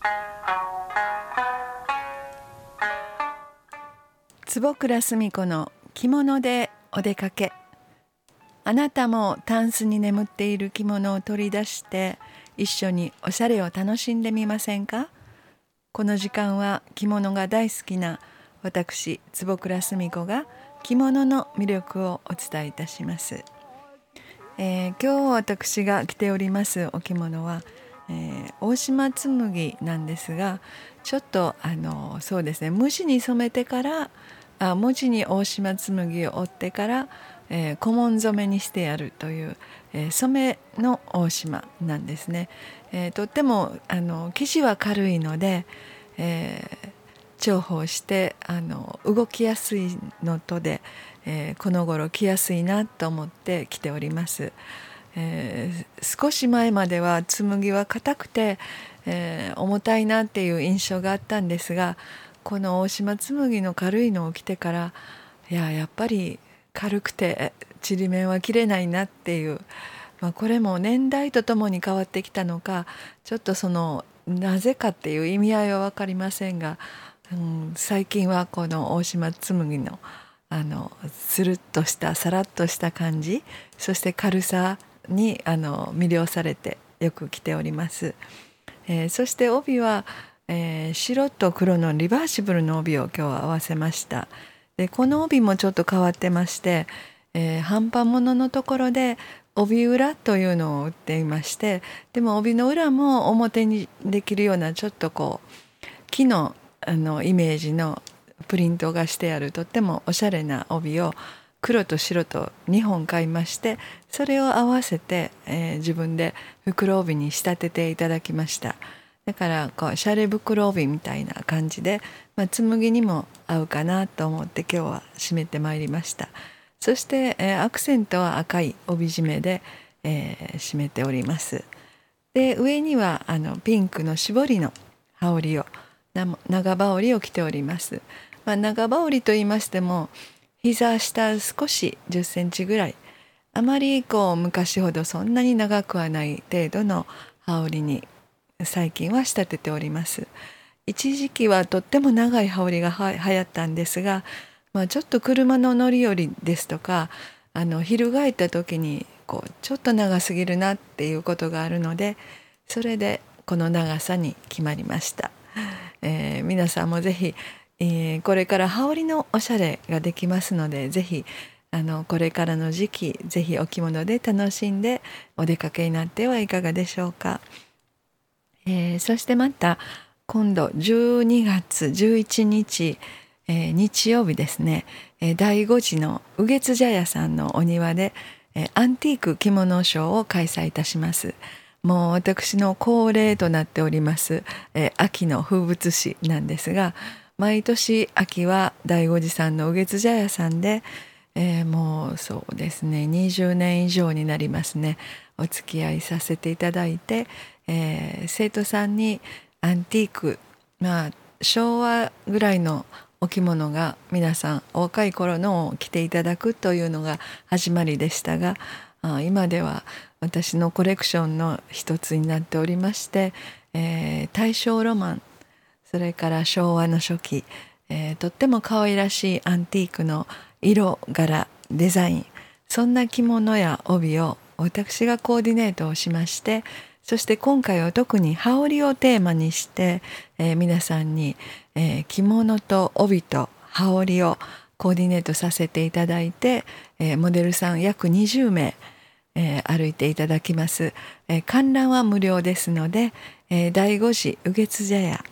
坪倉澄子の着物でお出かけ。あなたもタンスに眠っている着物を取り出して一緒におしゃれを楽しんでみませんか。この時間は着物が大好きな私坪倉澄子が着物の魅力をお伝えいたします。今日私が着ておりますお着物は、大島紬なんですが、ちょっとそうですね、無地に染めてから無地に大島紬を折ってから、小紋染めにしてやるという、染めの大島なんですね。とっても生地は軽いので、重宝して動きやすいのとで、この頃着やすいなと思って着ております。少し前までは紬は硬くて、重たいなっていう印象があったんですが、この大島紬の軽いのを着てから、やっぱり軽くてちりめんは着れないなっていう、これも年代とともに変わってきたのか、ちょっとなぜかっていう意味合いは分かりませんが、最近はこの大島紬のスルッとしたさらっとした感じ、そして軽さに魅了されてよく着ております。そして帯は、白と黒のリバーシブルの帯を今日は合わせました。でこの帯もちょっと変わってまして、半端もののところで帯裏というのを売っていまして、でも帯の裏も表にできるようなちょっと木のイメージのプリントがしてあるとってもおしゃれな帯を黒と白と2本買いまして、それを合わせて、自分で袋帯に仕立てていただきました。だからシャレ袋帯みたいな感じで、紬にも合うかなと思って今日は締めてまいりました。そして、アクセントは赤い帯締めで、締めております。で上にはピンクの絞りの羽織を長羽織を着ております。長羽織と言いましても膝下少し10センチぐらい、あまり昔ほどそんなに長くはない程度の羽織に最近は仕立てております。一時期はとっても長い羽織が流行ったんですが、ちょっと車の乗り降りですとか翻った時にちょっと長すぎるなっていうことがあるので、それでこの長さに決まりました。皆さんもぜひ、これから羽織のおしゃれができますので、ぜひこれからの時期ぜひお着物で楽しんでお出かけになってはいかがでしょうか。そしてまた今度12月11日、日曜日ですね、第5次の雨月茶屋さんのお庭で、アンティーク着物ショーを開催いたします。もう私の恒例となっております、秋の風物詩なんですが、毎年秋は第5次さんの雨月茶屋さんで、もうそうですね20年以上になりますね、お付き合いさせていただいて、生徒さんにアンティーク、昭和ぐらいのお着物が皆さんお若い頃のを着ていただくというのが始まりでしたが、今では私のコレクションの一つになっておりまして、大正ロマン、それから昭和の初期、とっても可愛らしいアンティークの色柄デザイン、そんな着物や帯を私がコーディネートをしまして、そして今回は特に羽織をテーマにして、皆さんに、着物と帯と羽織をコーディネートさせていただいて、モデルさん約20名、歩いていただきます。観覧は無料ですので、第5次雨月茶屋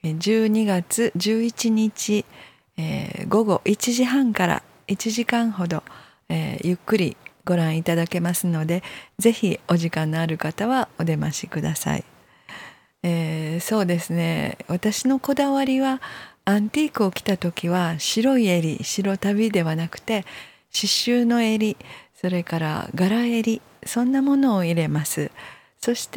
12月11日、午後1時半から1時間ほど、ゆっくりご覧いただけますので、ぜひお時間のある方はお出ましください。そうですね、私のこだわりはアンティークを着た時は白い襟、白足袋ではなくて刺繍の襟、それから柄襟、そんなものを入れます。そして、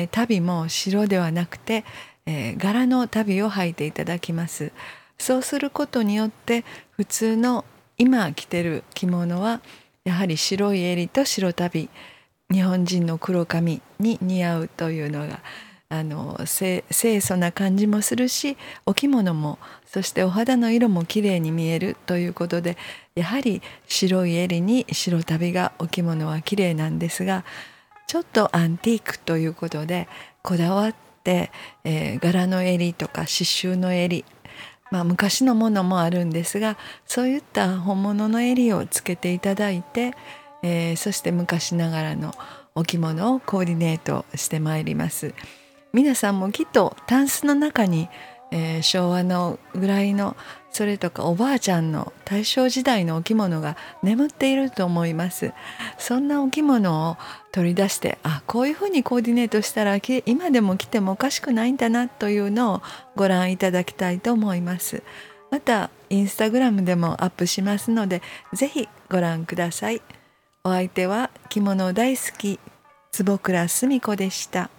足袋も白ではなくて、柄の足袋を履いていただきます。そうすることによって普通の今着てる着物はやはり白い襟と白足袋、日本人の黒髪に似合うというのが清楚な感じもするし、お着物もそしてお肌の色もきれいに見えるということで、やはり白い襟に白足袋がお着物はきれいなんですが、ちょっとアンティークということでこだわって、柄の襟とか刺繍の襟、昔のものもあるんですが、そういった本物の襟をつけていただいて、そして昔ながらのお着物をコーディネートしてまいります。皆さんもきっとタンスの中に、昭和のぐらいの、それとかおばあちゃんの大正時代のお着物が眠っていると思います。そんなお着物を取り出して、こういうふうにコーディネートしたら今でも着てもおかしくないんだなというのをご覧いただきたいと思います。またインスタグラムでもアップしますので、ぜひご覧ください。お相手は着物大好き坪倉澄子でした。